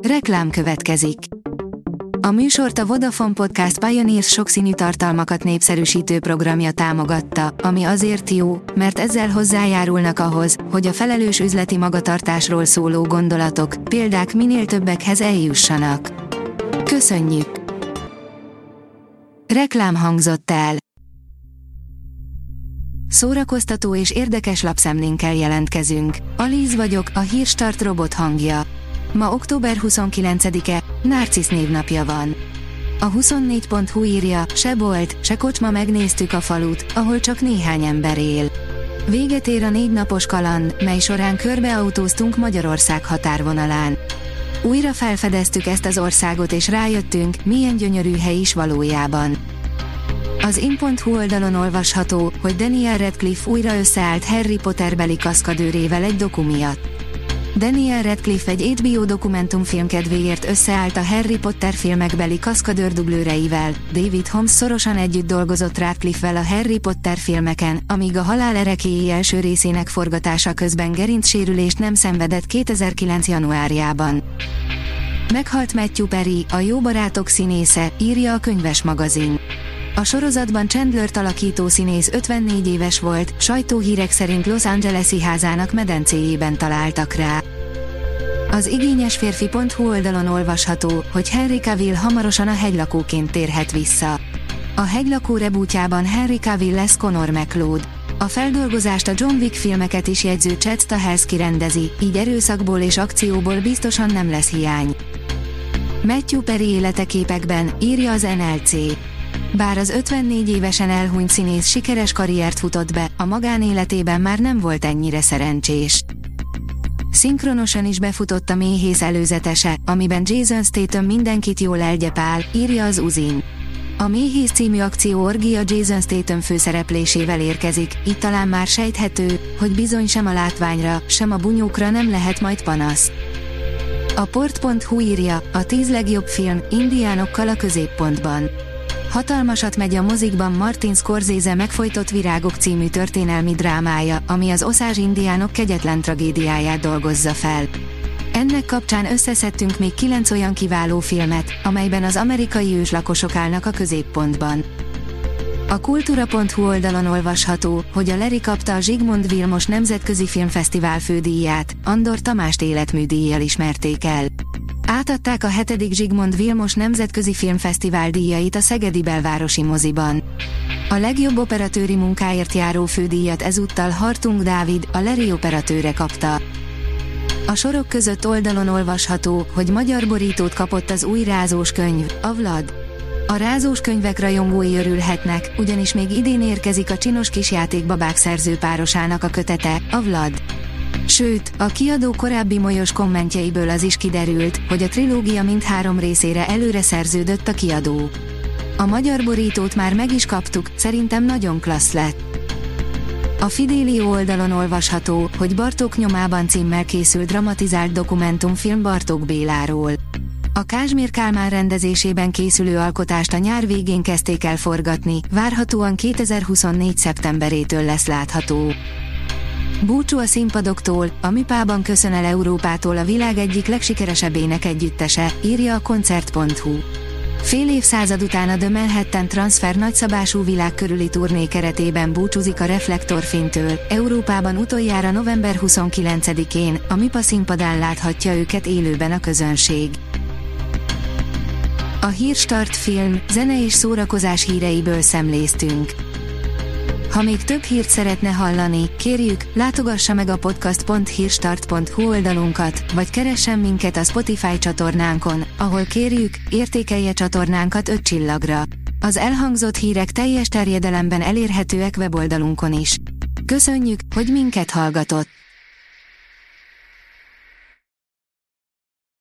Reklám következik. A műsort a Vodafone Podcast Pioneers sokszínű tartalmakat népszerűsítő programja támogatta, ami azért jó, mert ezzel hozzájárulnak ahhoz, hogy a felelős üzleti magatartásról szóló gondolatok, példák minél többekhez eljussanak. Köszönjük! Reklám hangzott el. Szórakoztató és érdekes lapszemlénkkel jelentkezünk. Alíz vagyok, a Hírstart robot hangja. Ma október 29-e, Narcisz névnapja van. A 24.hu írja, se bolt, se kocsma, megnéztük a falut, ahol csak néhány ember él. Véget ér a 4 napos kaland, mely során körbeautóztunk Magyarország határvonalán. Újra felfedeztük ezt az országot és rájöttünk, milyen gyönyörű hely is valójában. Az in.hu oldalon olvasható, hogy Daniel Radcliffe újra összeállt Harry Potter beli kaszkadőrével egy doku miatt. Daniel Radcliffe egy HBO dokumentumfilm kedvéért összeállt a Harry Potter filmekbeli kaszkadőr dublőreivel. David Holmes szorosan együtt dolgozott Radcliffe-vel a Harry Potter filmeken, amíg a Halál erekéi első részének forgatása közben gerincsérülést nem szenvedett 2009. januárjában. Meghalt Matthew Perry, a Jó barátok színésze, írja a Könyves magazin. A sorozatban Chandlert alakító színész 54 éves volt, sajtóhírek szerint Los Angeles-i házának medencéjében találtak rá. Az igényesférfi.hu oldalon olvasható, hogy Henry Cavill hamarosan a hegylakóként térhet vissza. A hegylakó rebootjában Henry Cavill lesz Connor McLeod. A feldolgozást a John Wick filmeket is jegyző Chad Stahelski rendezi, így erőszakból és akcióból biztosan nem lesz hiány. Matthew Perry életeképekben, írja az NLC. Bár az 54 évesen elhunyt színész sikeres karriert futott be, a magánéletében már nem volt ennyire szerencsés. Szinkronosan is befutott a Méhész előzetese, amiben Jason Statham mindenkit jól elgyepál, írja az Uzin. A Méhész című akció orgia Jason Statham főszereplésével érkezik, így talán már sejthető, hogy bizony sem a látványra, sem a bunyókra nem lehet majd panasz. A port.hu írja, a 10 legjobb film, indiánokkal a középpontban. Hatalmasat megy a mozikban Martin Scorsese Megfojtott virágok című történelmi drámája, ami az oszázs indiánok kegyetlen tragédiáját dolgozza fel. Ennek kapcsán összeszedtünk még 9 olyan kiváló filmet, amelyben az amerikai őslakosok állnak a középpontban. A kultúra.hu oldalon olvasható, hogy a Leri kapta a Zsigmond Vilmos Nemzetközi Filmfesztivál fődíját, Andor Tamást életműdíjjal ismerték el. Átadták a 7. Zsigmond Vilmos Nemzetközi Filmfesztivál díjait a szegedi Belvárosi moziban. A legjobb operatőri munkáért járó fődíjat ezúttal Hartung Dávid, a Leri operatőre kapta. A sorok között oldalon olvasható, hogy magyar borítót kapott az új rázós könyv, a Vlad. A rázós könyvek rajongói örülhetnek, ugyanis még idén érkezik a Csinos kisjátékbabák szerzőpárosának a kötete, a Vlad. Sőt, a kiadó korábbi molyos kommentjeiből az is kiderült, hogy a trilógia mindhárom részére előre szerződött a kiadó. A magyar borítót már meg is kaptuk, szerintem nagyon klassz lett. A Fidelio oldalon olvasható, hogy Bartók nyomában címmel készült dramatizált dokumentumfilm Bartók Béláról. A Kázsmér Kálmán rendezésében készülő alkotást a nyár végén kezdték el forgatni, várhatóan 2024. szeptemberétől lesz látható. Búcsú a színpadoktól, a Mipában köszön el Európától a világ egyik legsikeresebb énekegyüttese, írja a koncert.hu. Fél évszázad után a The Manhattan Transfer nagyszabású világ körüli turné keretében búcsúzik a Reflektorfénytől, Európában utoljára november 29-én, a Mipa színpadán láthatja őket élőben a közönség. A Hírstart film, zene és szórakozás híreiből szemléztünk. Ha még több hírt szeretne hallani, kérjük, látogassa meg a podcast.hírstart.hu oldalunkat, vagy keressen minket a Spotify csatornánkon, ahol kérjük, értékelje csatornánkat 5 csillagra. Az elhangzott hírek teljes terjedelemben elérhetőek weboldalunkon is. Köszönjük, hogy minket hallgatott!